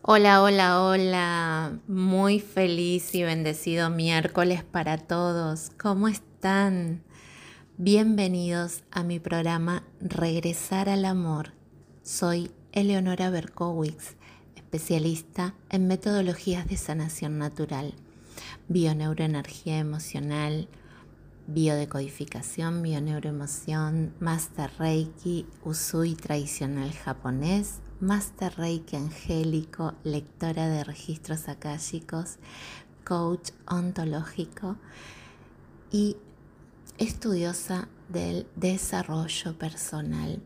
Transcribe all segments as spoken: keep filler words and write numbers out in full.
Hola, hola, hola. Muy feliz y bendecido miércoles para todos. ¿Cómo están? Bienvenidos a mi programa Regresar al Amor. Soy Eleonora Berkowitz, especialista en metodologías de sanación natural, bioneuroenergía emocional, biodecodificación, bioneuroemoción, Master Reiki, Usui tradicional japonés, Master Reiki angélico, lectora de registros akáshicos, coach ontológico y estudiosa del desarrollo personal.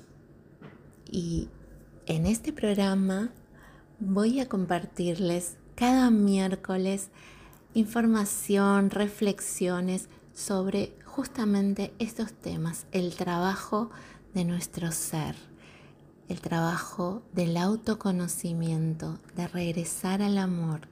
Y en este programa voy a compartirles cada miércoles información, reflexiones sobre justamente estos temas, el trabajo de nuestro ser, el trabajo del autoconocimiento, de regresar al amor.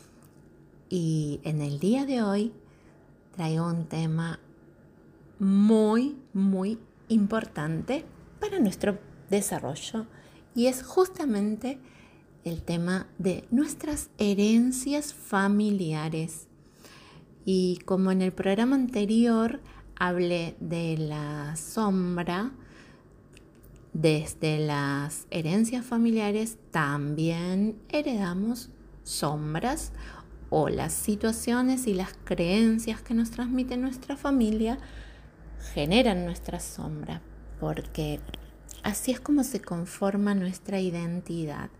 Y en el día de hoy traigo un tema muy, muy importante para nuestro desarrollo y es justamente el tema de nuestras herencias familiares. Y como en el programa anterior hablé de la sombra, desde las herencias familiares también heredamos sombras o las situaciones y las creencias que nos transmite nuestra familia generan nuestra sombra, porque así es como se conforma nuestra identidad.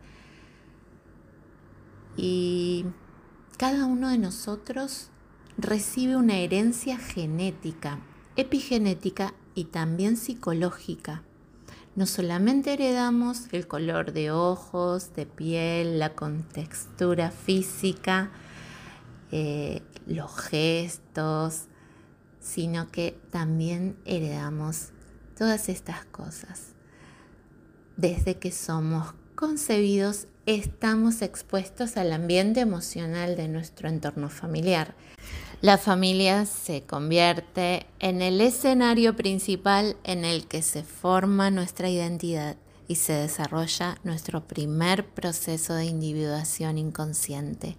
Y cada uno de nosotros recibe una herencia genética, epigenética y también psicológica. No solamente heredamos el color de ojos, de piel, la contextura física, eh, los gestos, sino que también heredamos todas estas cosas. Desde que somos concebidos, estamos expuestos al ambiente emocional de nuestro entorno familiar. La familia se convierte en el escenario principal en el que se forma nuestra identidad y se desarrolla nuestro primer proceso de individuación inconsciente.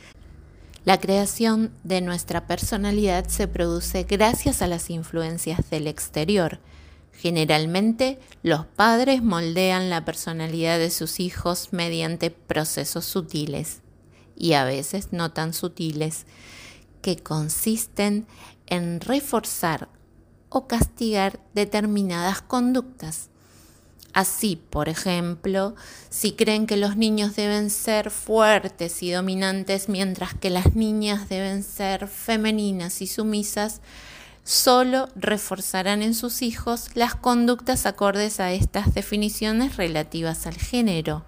La creación de nuestra personalidad se produce gracias a las influencias del exterior. Generalmente, los padres moldean la personalidad de sus hijos mediante procesos sutiles y a veces no tan sutiles, que consisten en reforzar o castigar determinadas conductas. Así, por ejemplo, si creen que los niños deben ser fuertes y dominantes mientras que las niñas deben ser femeninas y sumisas, solo reforzarán en sus hijos las conductas acordes a estas definiciones relativas al género.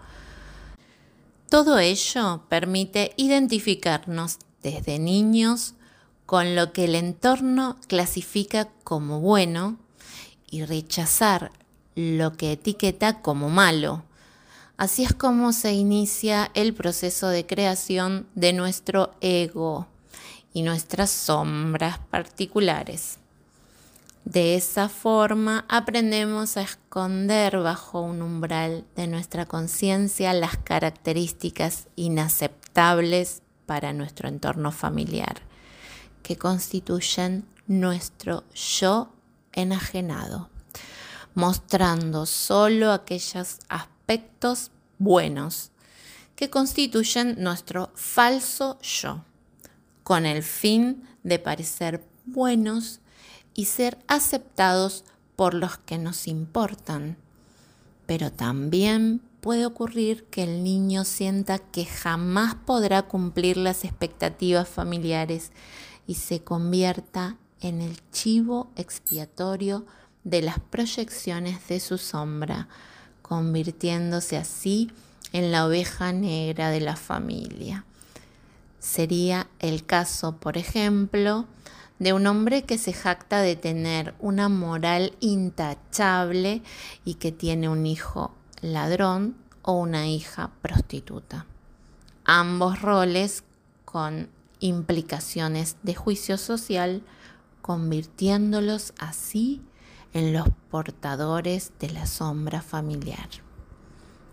Todo ello permite identificarnos desde niños con lo que el entorno clasifica como bueno y rechazar lo que etiqueta como malo. Así es como se inicia el proceso de creación de nuestro ego y nuestras sombras particulares. De esa forma aprendemos a esconder bajo un umbral de nuestra conciencia las características inaceptables para nuestro entorno familiar, que constituyen nuestro yo enajenado, mostrando solo aquellos aspectos buenos que constituyen nuestro falso yo, con el fin de parecer buenos y ser aceptados por los que nos importan. Pero también puede ocurrir que el niño sienta que jamás podrá cumplir las expectativas familiares y se convierta en el chivo expiatorio de las proyecciones de su sombra, convirtiéndose así en la oveja negra de la familia. Sería el caso, por ejemplo, de un hombre que se jacta de tener una moral intachable y que tiene un hijo ladrón o una hija prostituta. Ambos roles con implicaciones de juicio social, convirtiéndolos así en los portadores de la sombra familiar.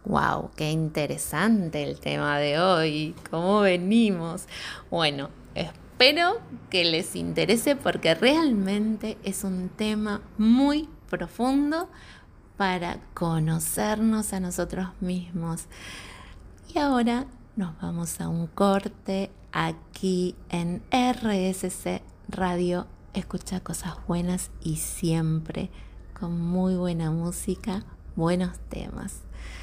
¡Wow! ¡Qué interesante el tema de hoy! ¿Cómo venimos? Bueno, espero que les interese porque realmente es un tema muy profundo para conocernos a nosotros mismos. Y ahora nos vamos a un corte aquí en R S C Radio. Escucha cosas buenas y siempre con muy buena música, buenos temas.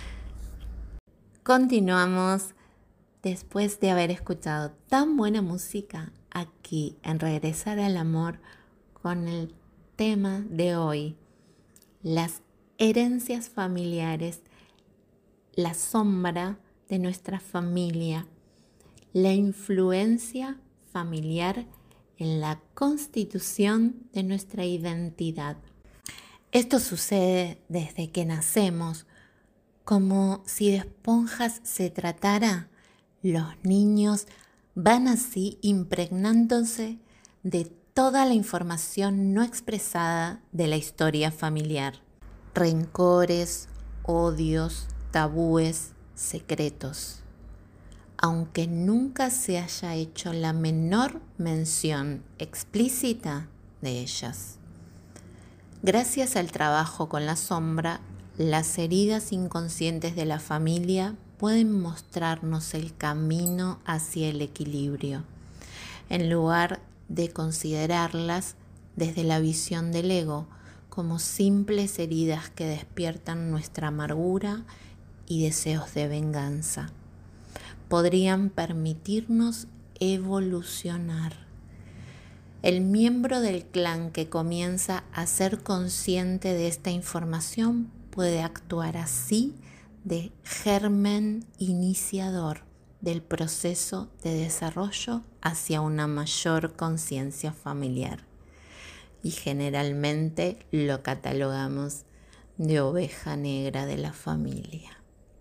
Continuamos después de haber escuchado tan buena música aquí en Regresar al Amor con el tema de hoy, las herencias familiares, la sombra de nuestra familia, la influencia familiar en la constitución de nuestra identidad. Esto sucede desde que nacemos. Como si de esponjas se tratara, los niños van así impregnándose de toda la información no expresada de la historia familiar. Rencores, odios, tabúes, secretos. Aunque nunca se haya hecho la menor mención explícita de ellas. Gracias al trabajo con la sombra, las heridas inconscientes de la familia pueden mostrarnos el camino hacia el equilibrio, en lugar de considerarlas desde la visión del ego como simples heridas que despiertan nuestra amargura y deseos de venganza. Podrían permitirnos evolucionar. El miembro del clan que comienza a ser consciente de esta información puede actuar así de germen iniciador del proceso de desarrollo hacia una mayor conciencia familiar. Y generalmente lo catalogamos de oveja negra de la familia.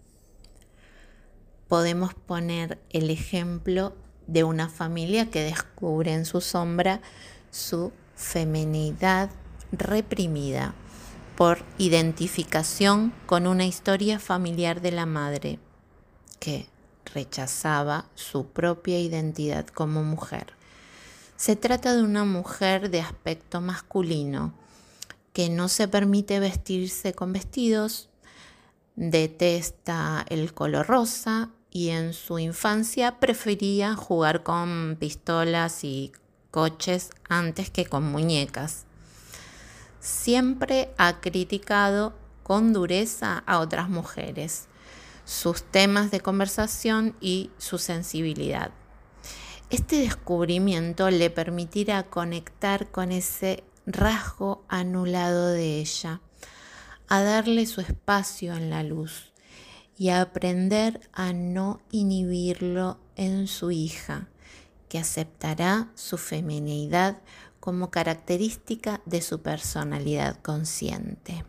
Podemos poner el ejemplo de una familia que descubre en su sombra su feminidad reprimida por identificación con una historia familiar de la madre que rechazaba su propia identidad como mujer. Se trata de una mujer de aspecto masculino que no se permite vestirse con vestidos, detesta el color rosa y en su infancia prefería jugar con pistolas y coches antes que con muñecas. Siempre ha criticado con dureza a otras mujeres, sus temas de conversación y su sensibilidad. Este descubrimiento le permitirá conectar con ese rasgo anulado de ella, a darle su espacio en la luz y a aprender a no inhibirlo en su hija, que aceptará su feminidad como característica de su personalidad consciente.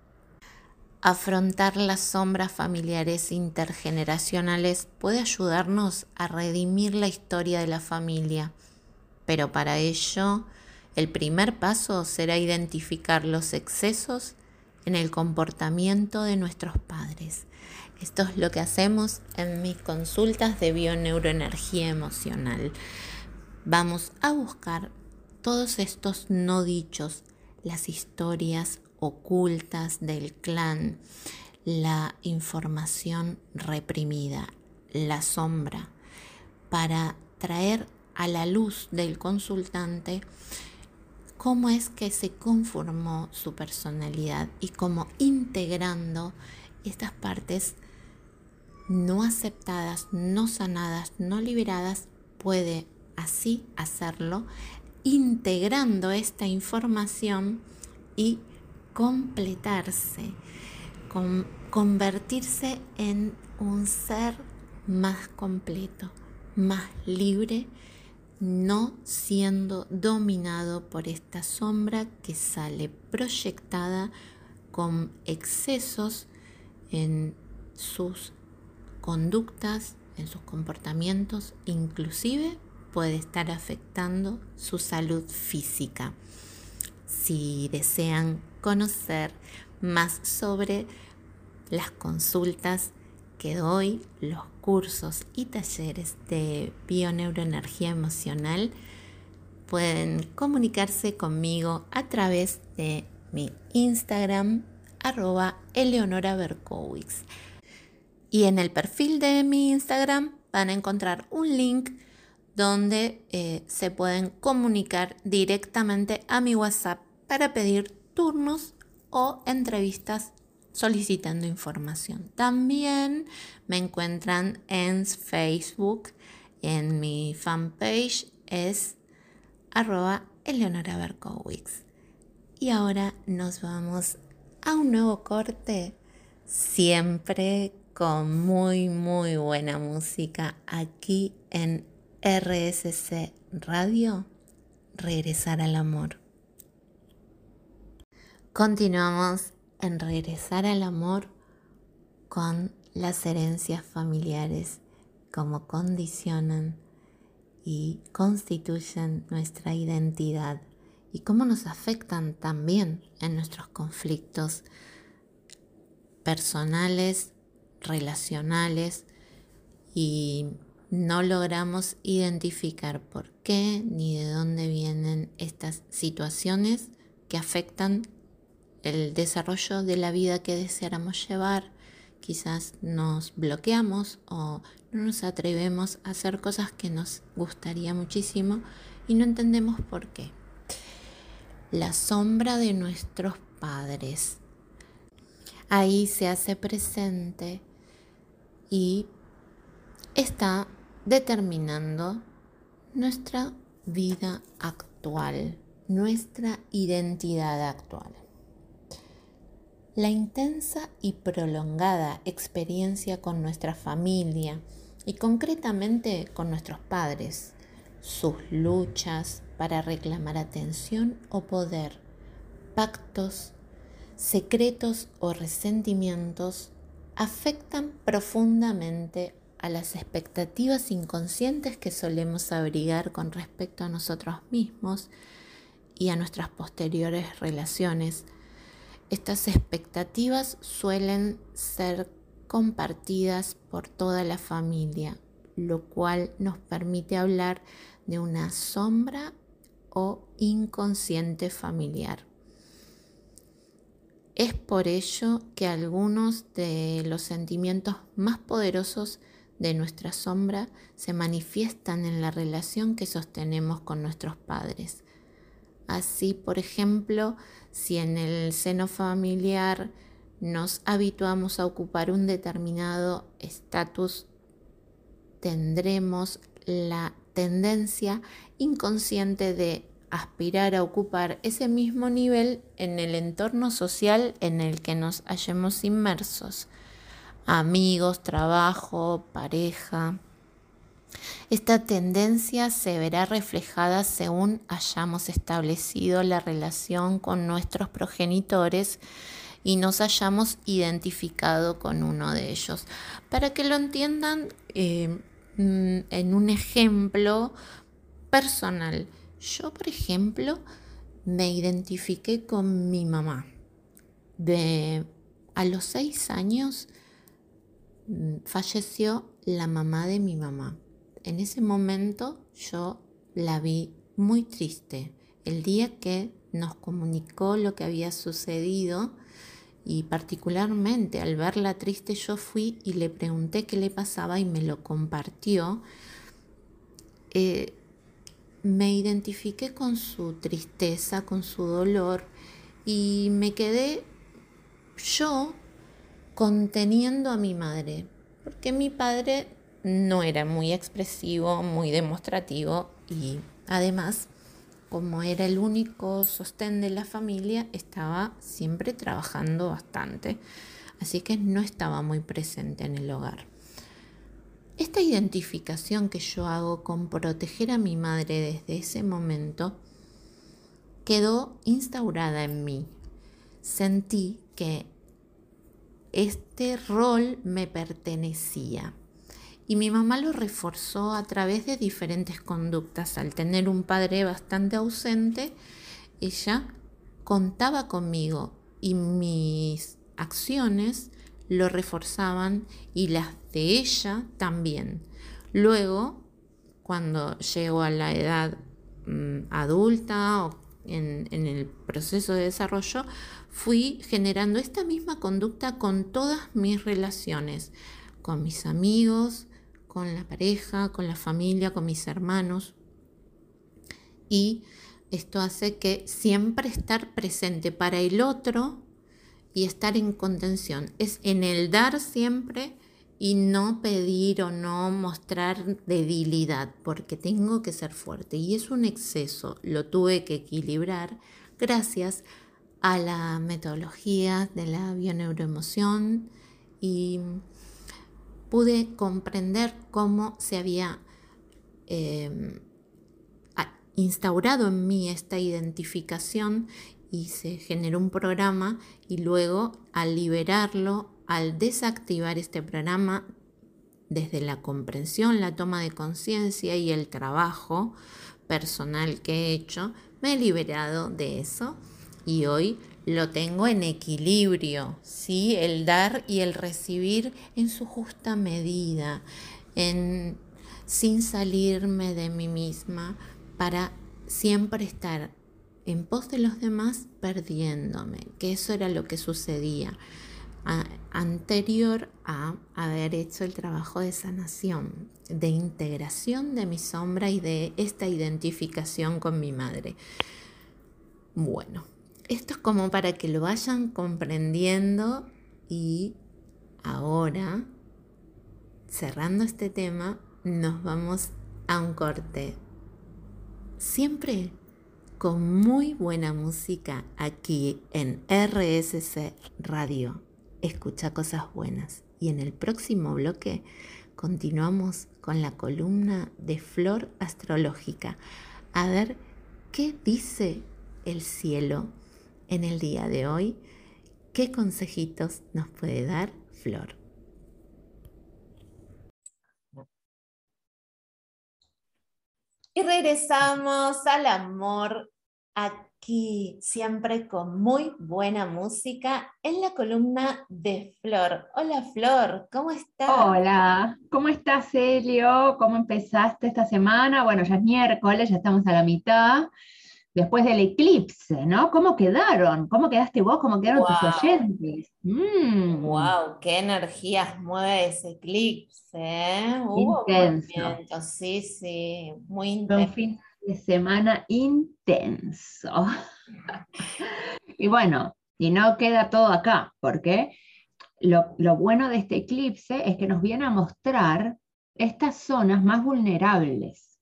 Afrontar las sombras familiares intergeneracionales puede ayudarnos a redimir la historia de la familia, pero para ello el primer paso será identificar los excesos en el comportamiento de nuestros padres. Esto es lo que hacemos en mis consultas de bioneuroenergía emocional. Vamos a buscar todos estos no dichos, las historias ocultas del clan, la información reprimida, la sombra, para traer a la luz del consultante cómo es que se conformó su personalidad y cómo integrando estas partes no aceptadas, no sanadas, no liberadas, puede así hacerlo, integrando esta información y completarse, con, convertirse en un ser más completo, más libre, no siendo dominado por esta sombra que sale proyectada con excesos en sus conductas, en sus comportamientos, inclusive puede estar afectando su salud física. Si desean conocer más sobre las consultas que doy los cursos y talleres de bioneuroenergía emocional, pueden comunicarse conmigo a través de mi Instagram, arroba Eleonora Berkowitz. Y en el perfil de mi Instagram van a encontrar un link donde eh, se pueden comunicar directamente a mi WhatsApp para pedir turnos o entrevistas solicitando información. También me encuentran en Facebook, en mi fanpage es arroba Eleonora Berkowitz. Y ahora nos vamos a un nuevo corte, siempre con muy muy buena música aquí en R S C Radio, Regresar al Amor. Continuamos en Regresar al Amor con las herencias familiares, cómo condicionan y constituyen nuestra identidad y cómo nos afectan también en nuestros conflictos personales, relacionales, y no logramos identificar por qué ni de dónde vienen estas situaciones que afectan el desarrollo de la vida que deseáramos llevar. Quizás nos bloqueamos o no nos atrevemos a hacer cosas que nos gustaría muchísimo y no entendemos por qué. La sombra de nuestros padres. Ahí se hace presente y está determinando nuestra vida actual, nuestra identidad actual. La intensa y prolongada experiencia con nuestra familia y concretamente con nuestros padres, sus luchas para reclamar atención o poder, pactos, secretos o resentimientos afectan profundamente a las expectativas inconscientes que solemos abrigar con respecto a nosotros mismos y a nuestras posteriores relaciones. Estas expectativas suelen ser compartidas por toda la familia, lo cual nos permite hablar de una sombra o inconsciente familiar. Es por ello que algunos de los sentimientos más poderosos de nuestra sombra se manifiestan en la relación que sostenemos con nuestros padres. Así, por ejemplo, si en el seno familiar nos habituamos a ocupar un determinado estatus, tendremos la tendencia inconsciente de aspirar a ocupar ese mismo nivel en el entorno social en el que nos hallemos inmersos. Amigos, trabajo, pareja. Esta tendencia se verá reflejada según hayamos establecido la relación con nuestros progenitores y nos hayamos identificado con uno de ellos. Para que lo entiendan eh, en un ejemplo personal. Yo, por ejemplo, me identifiqué con mi mamá. De, a los seis años falleció la mamá de mi mamá. En ese momento yo la vi muy triste. El día que nos comunicó lo que había sucedido y particularmente al verla triste yo fui y le pregunté qué le pasaba y me lo compartió. Eh, me identifiqué con su tristeza, con su dolor y me quedé yo conteniendo a mi madre, porque mi padre no era muy expresivo, muy demostrativo y además, como era el único sostén de la familia, estaba siempre trabajando bastante, así que no estaba muy presente en el hogar. Esta identificación que yo hago con proteger a mi madre desde ese momento quedó instaurada en mí. Sentí que este rol me pertenecía y mi mamá lo reforzó a través de diferentes conductas. Al tener un padre bastante ausente, ella contaba conmigo y mis acciones lo reforzaban y las de ella también. Luego, cuando llego a la edad mmm, adulta o en, en el proceso de desarrollo, fui generando esta misma conducta con todas mis relaciones, con mis amigos, con la pareja, con la familia, con mis hermanos. Y esto hace que siempre estar presente para el otro y estar en contención. Es en el dar siempre y no pedir o no mostrar debilidad, porque tengo que ser fuerte. Y es un exceso, lo tuve que equilibrar gracias a la metodología de la bioneuroemoción y pude comprender cómo se había eh, instaurado en mí esta identificación y se generó un programa, y luego al liberarlo, al desactivar este programa desde la comprensión, la toma de conciencia y el trabajo personal que he hecho, me he liberado de eso y hoy lo tengo en equilibrio, ¿sí? El dar y el recibir en su justa medida, en, sin salirme de mí misma, para siempre estar en pos de los demás perdiéndome, que eso era lo que sucedía a, anterior a haber hecho el trabajo de sanación, de integración de mi sombra y de esta identificación con mi madre. Bueno, esto es como para que lo vayan comprendiendo, y ahora, cerrando este tema, nos vamos a un corte. Siempre con muy buena música aquí en R S C Radio. Escucha cosas buenas. Y en el próximo bloque continuamos con la columna de Flor Astrológica. A ver qué dice el cielo en el día de hoy. ¿Qué consejitos nos puede dar Flor? Y regresamos al amor aquí, siempre con muy buena música en la columna de Flor. Hola Flor, ¿cómo estás? Hola, ¿cómo estás, Elio? ¿Cómo empezaste esta semana? Bueno, ya es miércoles, ya estamos a la mitad, después del eclipse, ¿no? ¿Cómo quedaron? ¿Cómo quedaste vos? ¿Cómo quedaron tus Wow, oyentes? Mm, wow, qué energías mueve ese eclipse, ¿eh? Hubo intenso. movimiento, sí, sí, muy Fue un intenso. fin de semana intenso. Y bueno, y no queda todo acá, porque lo, lo bueno de este eclipse es que nos viene a mostrar estas zonas más vulnerables,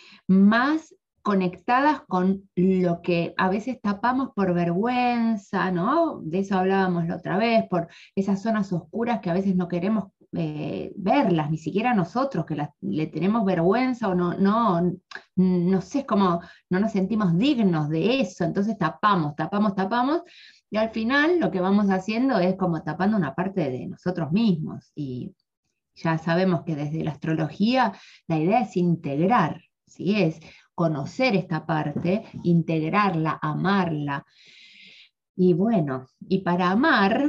más conectadas con lo que a veces tapamos por vergüenza, ¿no? De eso hablábamos la otra vez, por esas zonas oscuras que a veces no queremos eh, verlas, ni siquiera nosotros, que las, le tenemos vergüenza o no, no, no sé, es como no nos sentimos dignos de eso, entonces tapamos, tapamos, tapamos, y al final lo que vamos haciendo es como tapando una parte de nosotros mismos, y ya sabemos que desde la astrología la idea es integrar, ¿sí? Es conocer esta parte, integrarla, amarla. Y bueno, y para amar,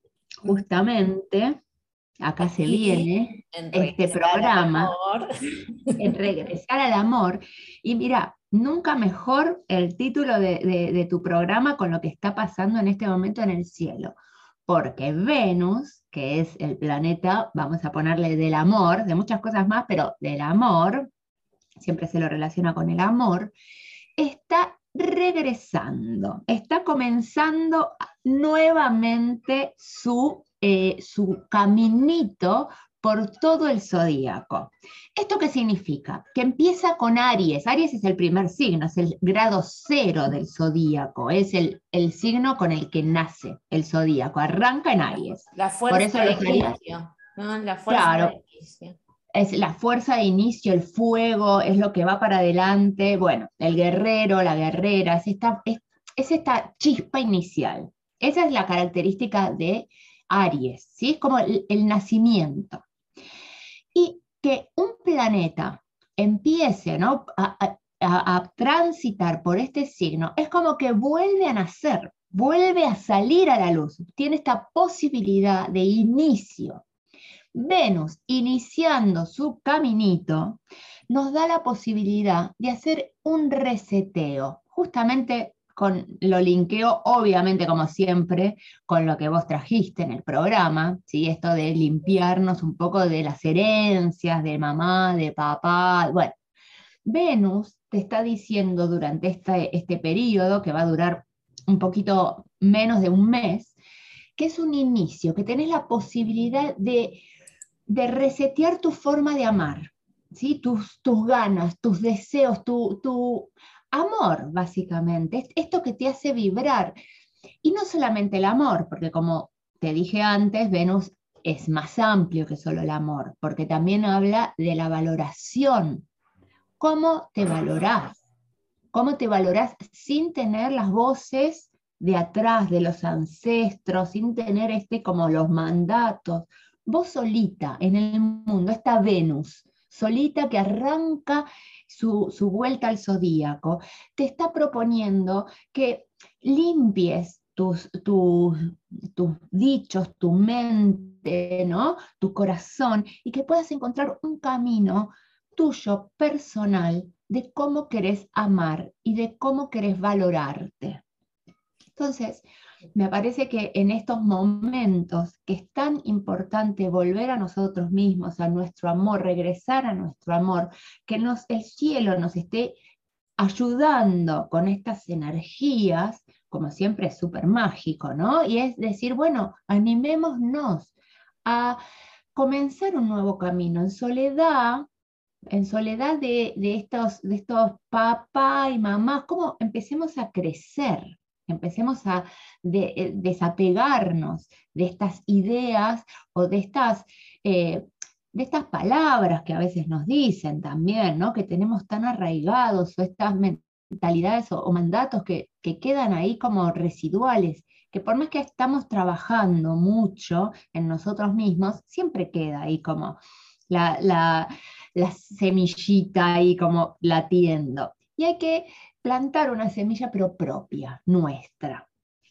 justamente, acá se Aquí, viene en este regresar al programa, amor. en regresar al amor. Y mira, nunca mejor el título de, de, de tu programa con lo que está pasando en este momento en el cielo. Porque Venus, que es el planeta, vamos a ponerle del amor, de muchas cosas más, pero del amor, siempre se lo relaciona con el amor, está regresando, está comenzando nuevamente su, eh, su caminito por todo el zodíaco. ¿Esto qué significa? Que empieza con Aries. Aries es el primer signo, es el grado cero del zodíaco, es el, el signo con el que nace el zodíaco, arranca en Aries. La Por fuerza eso de los arianos, inicio, ¿no? La fuerza de claro, inicio. es la fuerza de inicio, el fuego, es lo que va para adelante. Bueno, el guerrero, la guerrera, es esta, es, es esta chispa inicial. Esa es la característica de Aries, ¿sí? Es como el, el nacimiento. Y que un planeta empiece, ¿no? a, a, a transitar por este signo, es como que vuelve a nacer, vuelve a salir a la luz, tiene esta posibilidad de inicio. Venus, iniciando su caminito, nos da la posibilidad de hacer un reseteo, justamente con, lo linkeo, obviamente como siempre, con lo que vos trajiste en el programa, ¿sí? Esto de limpiarnos un poco de las herencias, de mamá, de papá, bueno. Venus te está diciendo durante este, este periodo, que va a durar un poquito menos de un mes, que es un inicio, que tenés la posibilidad de, de resetear tu forma de amar, ¿sí? tus, tus ganas, tus deseos, tu, tu amor, básicamente. Esto que te hace vibrar. Y no solamente el amor, porque como te dije antes, Venus es más amplio que solo el amor, porque también habla de la valoración. ¿Cómo te valorás? ¿Cómo te valorás sin tener las voces de atrás, de los ancestros, sin tener este como los mandatos? Vos solita en el mundo, esta Venus, solita que arranca su, su vuelta al zodíaco, te está proponiendo que limpies tus, tus, tus dichos, tu mente, ¿no? Tu corazón, y que puedas encontrar un camino tuyo personal de cómo querés amar y de cómo querés valorarte. Entonces, me parece que en estos momentos que es tan importante volver a nosotros mismos, a nuestro amor, regresar a nuestro amor, que nos, el cielo nos esté ayudando con estas energías, como siempre es súper mágico, ¿no? Y es decir, bueno, animémonos a comenzar un nuevo camino en soledad, en soledad de, de, estos, de estos papá y mamás, como empecemos a crecer, empecemos a de, eh, desapegarnos de estas ideas o de estas, eh, de estas palabras que a veces nos dicen también, ¿no? Que tenemos tan arraigados, o estas mentalidades o, o mandatos que, que quedan ahí como residuales, que por más que estamos trabajando mucho en nosotros mismos, siempre queda ahí como la, la, la semillita ahí como latiendo. Y hay que plantar una semilla pero propia, nuestra.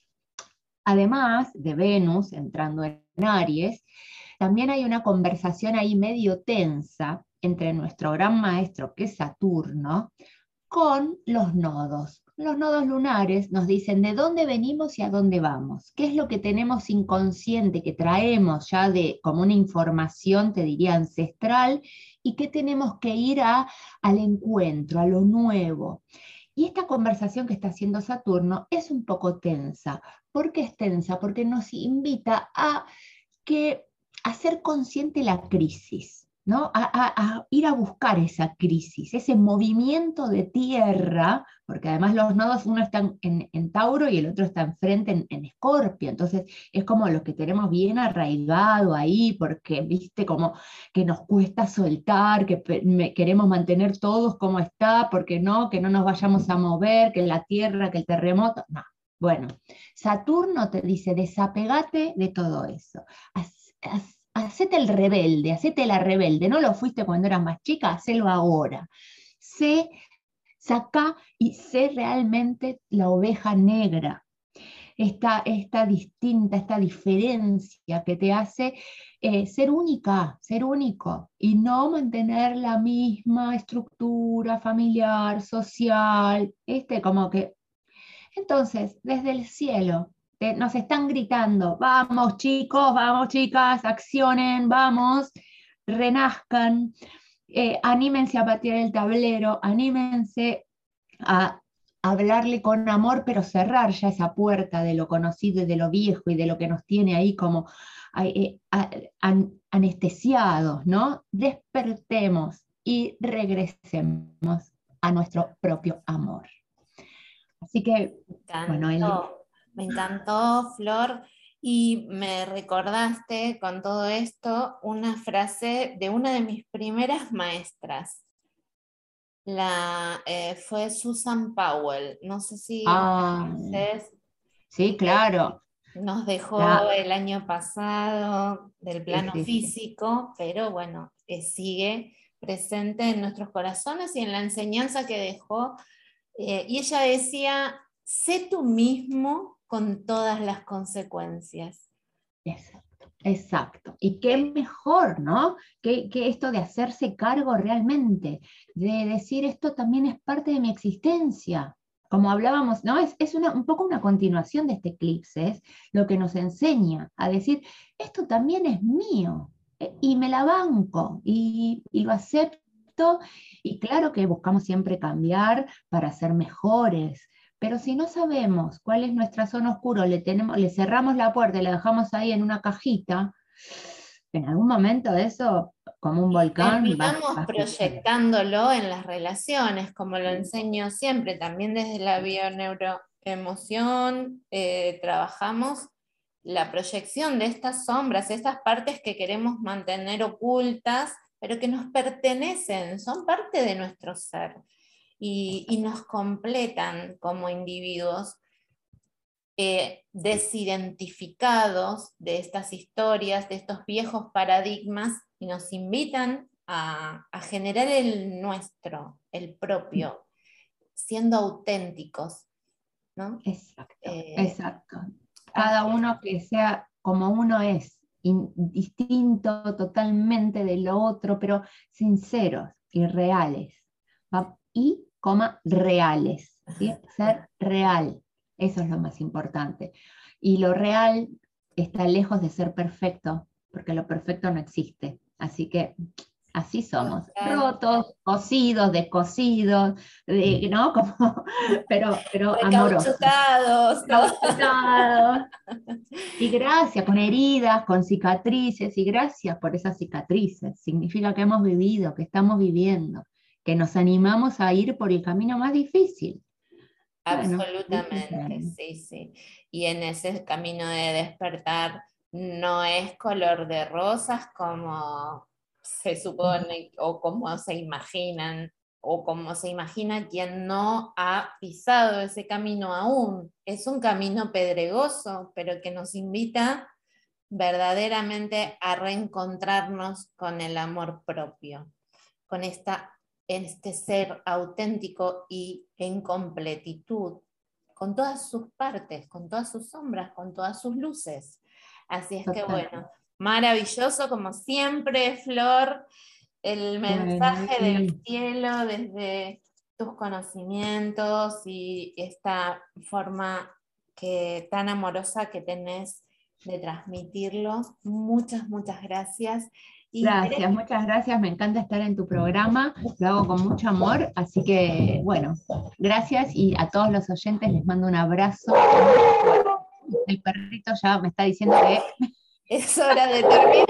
Además de Venus entrando en Aries, también hay una conversación ahí medio tensa entre nuestro gran maestro, que es Saturno, con los nodos. Los nodos lunares nos dicen de dónde venimos y a dónde vamos, qué es lo que tenemos inconsciente, que traemos ya de como una información, te diría, ancestral, y qué tenemos que ir a, al encuentro, a lo nuevo. Y esta conversación que está haciendo Saturno es un poco tensa. ¿Por qué es tensa? Porque nos invita a, que, a ser consciente la crisis, ¿no? A, a, a ir a buscar esa crisis, ese movimiento de tierra, porque además los nodos, uno está en, en Tauro y el otro está enfrente en, en Escorpio, entonces es como lo que tenemos bien arraigado ahí, porque viste como que nos cuesta soltar, que me, queremos mantener todos como está, porque no, que no nos vayamos a mover, que la tierra, que el terremoto, no. Bueno, Saturno te dice, desapegate de todo eso. Haz, haz, hacete el rebelde, hacete la rebelde. No lo fuiste cuando eras más chica, hacelo ahora. Sé, saca y sé realmente la oveja negra. Esta, esta distinta, esta diferencia que te hace eh, ser única, ser único, y no mantener la misma estructura familiar, social, este, como que. Entonces, desde el cielo, te, nos están gritando, vamos chicos, vamos chicas, accionen, vamos, renazcan, eh, anímense a patear el tablero, anímense a hablarle con amor, pero cerrar ya esa puerta de lo conocido y de lo viejo y de lo que nos tiene ahí como eh, an, anestesiados, ¿no? Despertemos y regresemos a nuestro propio amor. Así que, Me encantó, bueno, el... me encantó, Flor, y me recordaste con todo esto una frase de una de mis primeras maestras. La, eh, fue Susan Powell, no sé si la Ah, conoces, sí, eh, claro. nos dejó La, el año pasado del sí, plano sí, sí. físico, pero bueno, eh, sigue presente en nuestros corazones y en la enseñanza que dejó. Eh, y ella decía, sé tú mismo con todas las consecuencias. Exacto, exacto. Y qué mejor, ¿no? Que, que esto de hacerse cargo realmente, de decir esto también es parte de mi existencia. Como hablábamos, ¿no? Es, es una, un poco una continuación de este eclipse, es lo que nos enseña a decir, esto también es mío, eh, y me la banco, y, y lo acepto, y claro que buscamos siempre cambiar para ser mejores, pero si no sabemos cuál es nuestra zona oscura, le, tenemos, le cerramos la puerta y la dejamos ahí en una cajita, en algún momento eso, como un volcán, va, Terminamos va a explotar. proyectándolo en las relaciones, como lo enseño siempre, también desde la bioneuroemoción, eh, trabajamos la proyección de estas sombras, estas partes que queremos mantener ocultas, pero que nos pertenecen, son parte de nuestro ser y, y nos completan como individuos. Eh, desidentificados de estas historias, de estos viejos paradigmas, y nos invitan a, a generar el nuestro, el propio, siendo auténticos, ¿no? Exacto, Eh, exacto. Cada así uno que sea como uno es, in- distinto totalmente de lo otro, pero sinceros y reales. Va- Y, coma, reales, ¿sí? Ser real, eso es lo más importante. Y lo real está lejos de ser perfecto, porque lo perfecto no existe. Así que así somos, total, rotos, cosidos, descosidos, de- ¿no? Como, pero, pero amorosos, recauchutados, todo. cauchutados. Y gracias, con heridas, con cicatrices, y gracias por esas cicatrices. Significa que hemos vivido, que estamos viviendo, que nos animamos a ir por el camino más difícil. Bueno, Absolutamente, disfrutando. sí, sí. Y en ese camino de despertar no es color de rosas como se supone o como se imaginan o como se imagina quien no ha pisado ese camino aún. Es un camino pedregoso, pero que nos invita verdaderamente a reencontrarnos con el amor propio, con esta, este ser auténtico y en completitud, con todas sus partes, con todas sus sombras, con todas sus luces. Así es que Total. bueno, maravilloso como siempre, Flor, el Bueno, mensaje del Eli, cielo desde tus conocimientos y esta forma que, tan amorosa que tenés de transmitirlo. Muchas, muchas gracias. Y gracias, muchas gracias. Me encanta estar en tu programa. Lo hago con mucho amor. Así que, bueno, gracias y a todos los oyentes les mando un abrazo. El perrito ya me está diciendo que es hora de terminar.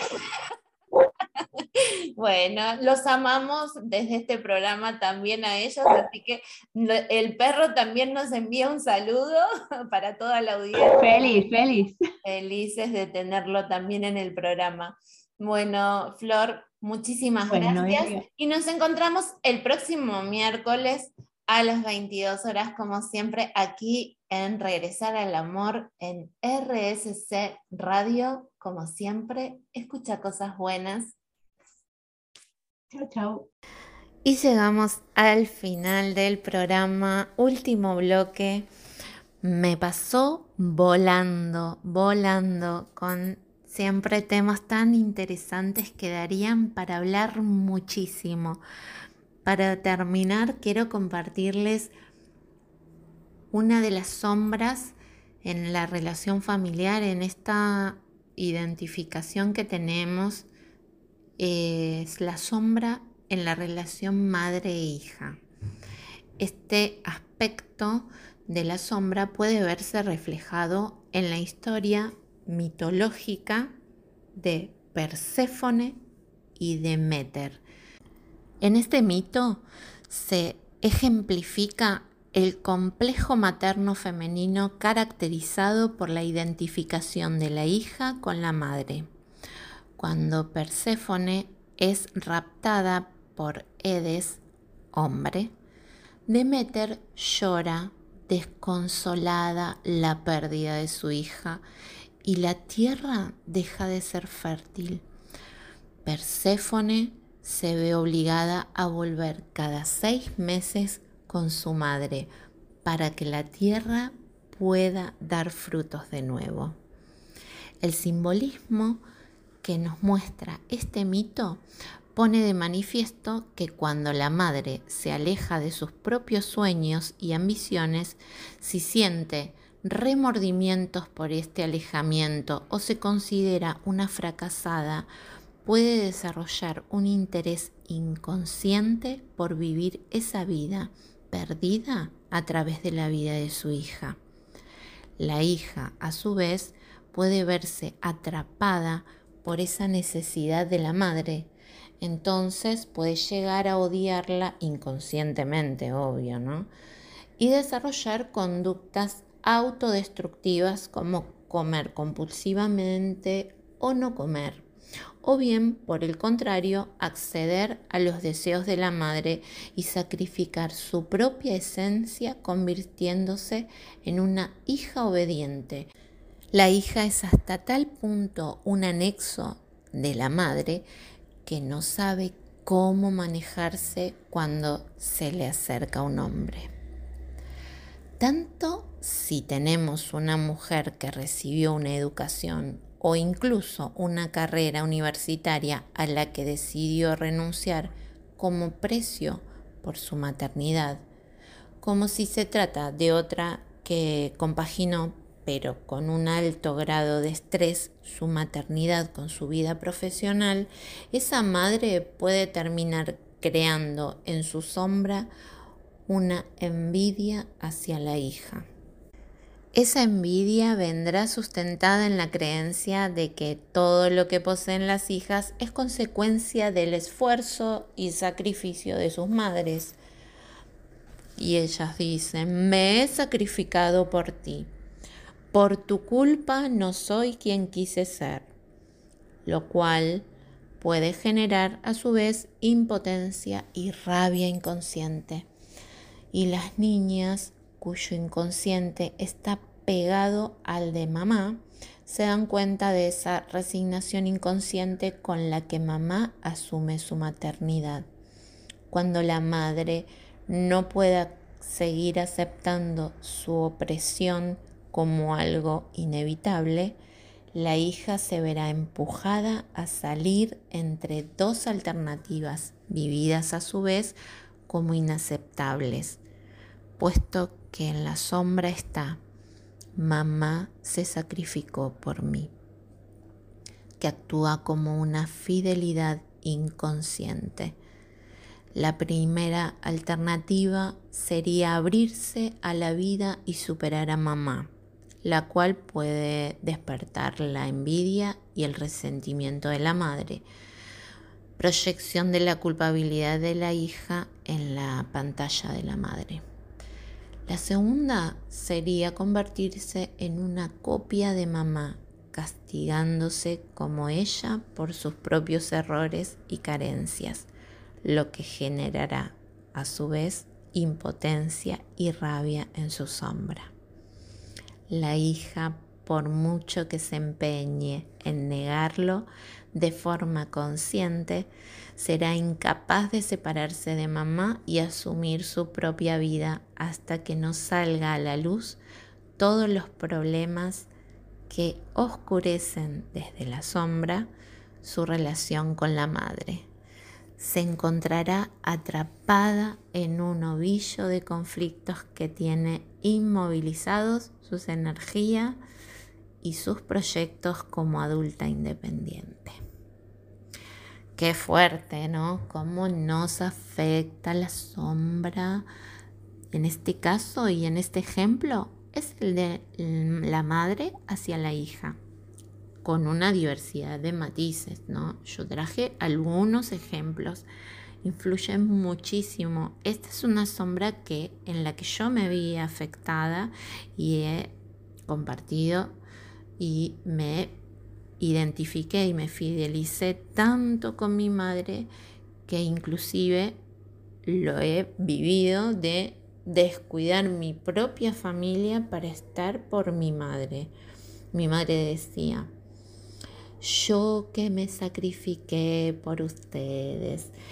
Bueno, los amamos desde este programa también a ellos, así que el perro también nos envía un saludo para toda la audiencia. feliz, feliz. Felices de tenerlo también en el programa. Bueno, Flor, muchísimas Bueno, gracias Eli, y nos encontramos el próximo miércoles a las veintidós horas, como siempre, aquí en Regresar al Amor en R S C Radio. Como siempre, escucha cosas buenas. chau, chau. Y llegamos al final del programa, último bloque. Me pasó volando, volando, con siempre temas tan interesantes que darían para hablar muchísimo. Para terminar, quiero compartirles una de las sombras en la relación familiar, en esta identificación que tenemos, es la sombra en la relación madre-hija. Este aspecto de la sombra puede verse reflejado en la historia mitológica de Perséfone y Deméter. En este mito se ejemplifica el complejo materno femenino caracterizado por la identificación de la hija con la madre. Cuando Perséfone es raptada por Edes, hombre, Deméter llora desconsolada la pérdida de su hija y la tierra deja de ser fértil. Perséfone se ve obligada a volver cada seis meses con su madre para que la tierra pueda dar frutos de nuevo. El simbolismo que nos muestra este mito pone de manifiesto que cuando la madre se aleja de sus propios sueños y ambiciones, si siente remordimientos por este alejamiento o se considera una fracasada, puede desarrollar un interés inconsciente por vivir esa vida perdida a través de la vida de su hija. La hija, a su vez, puede verse atrapada por esa necesidad de la madre. Entonces puede llegar a odiarla inconscientemente, obvio, ¿no? Y desarrollar conductas autodestructivas como comer compulsivamente o no comer. O bien, por el contrario, acceder a los deseos de la madre y sacrificar su propia esencia convirtiéndose en una hija obediente. La hija es hasta tal punto un anexo de la madre que no sabe cómo manejarse cuando se le acerca un hombre. Tanto si tenemos una mujer que recibió una educación o incluso una carrera universitaria a la que decidió renunciar como precio por su maternidad, como si se trata de otra que compaginó, pero con un alto grado de estrés, su maternidad con su vida profesional, esa madre puede terminar creando en su sombra una envidia hacia la hija. Esa envidia vendrá sustentada en la creencia de que todo lo que poseen las hijas es consecuencia del esfuerzo y sacrificio de sus madres. Y ellas dicen: me he sacrificado por ti. Por tu culpa no soy quien quise ser, lo cual puede generar a su vez impotencia y rabia inconsciente. Y las niñas cuyo inconsciente está pegado al de mamá se dan cuenta de esa resignación inconsciente con la que mamá asume su maternidad. Cuando la madre no pueda seguir aceptando su opresión como algo inevitable, la hija se verá empujada a salir entre dos alternativas, vividas a su vez como inaceptables, puesto que en la sombra está: mamá se sacrificó por mí, que actúa como una fidelidad inconsciente. La primera alternativa sería abrirse a la vida y superar a mamá, la cual puede despertar la envidia y el resentimiento de la madre, proyección de la culpabilidad de la hija en la pantalla de la madre. La segunda sería convertirse en una copia de mamá, castigándose como ella por sus propios errores y carencias, lo que generará a su vez impotencia y rabia en su sombra. La hija, por mucho que se empeñe en negarlo de forma consciente, será incapaz de separarse de mamá y asumir su propia vida hasta que no salga a la luz todos los problemas que oscurecen desde la sombra su relación con la madre. Se encontrará atrapada en un ovillo de conflictos que tiene inmovilizados sus energías y sus proyectos como adulta independiente. Qué fuerte, ¿no? Cómo nos afecta la sombra. En este caso y en este ejemplo es el de la madre hacia la hija, con una diversidad de matices, ¿no? Yo traje algunos ejemplos, influyen muchísimo. Esta es una sombra que, en la que yo me vi afectada y he compartido y me identifiqué y me fidelicé tanto con mi madre que inclusive lo he vivido de descuidar mi propia familia para estar por mi madre. Mi madre decía: yo que me sacrifiqué por ustedes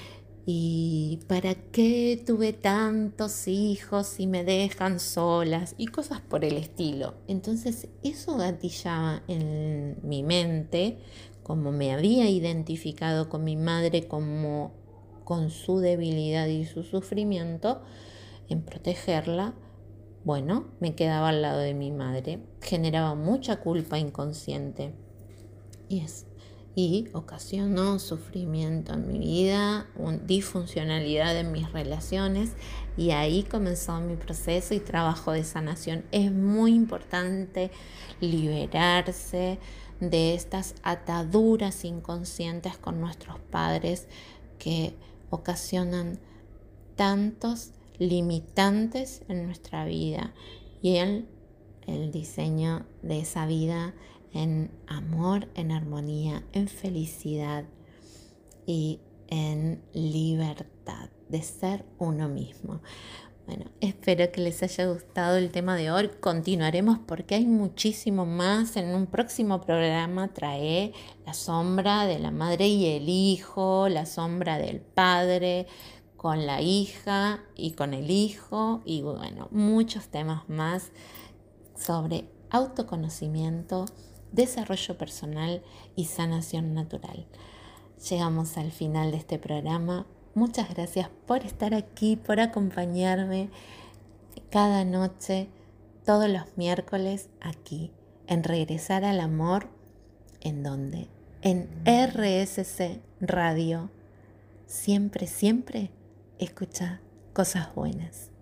y ¿para qué tuve tantos hijos si me dejan solas? Y cosas por el estilo. Entonces eso gatillaba en mi mente, como me había identificado con mi madre como con su debilidad y su sufrimiento, en protegerla, bueno, me quedaba al lado de mi madre, generaba mucha culpa inconsciente y, es, y ocasionó sufrimiento en mi vida, un, disfuncionalidad en mis relaciones, y ahí comenzó mi proceso y trabajo de sanación. Es muy importante liberarse de estas ataduras inconscientes con nuestros padres que ocasionan tantos limitantes en nuestra vida y en el diseño de esa vida en amor, en armonía, en felicidad y en libertad de ser uno mismo. Bueno, espero que les haya gustado el tema de hoy. Continuaremos porque hay muchísimo más. En un próximo programa traeré la sombra de la madre y el hijo, la sombra del padre con la hija y con el hijo, y bueno, muchos temas más sobre autoconocimiento, desarrollo personal y sanación natural. Llegamos al final de este programa. Muchas gracias por estar aquí, por acompañarme cada noche, todos los miércoles aquí, en Regresar al Amor, en donde, en R S C Radio, siempre, siempre escucha cosas buenas.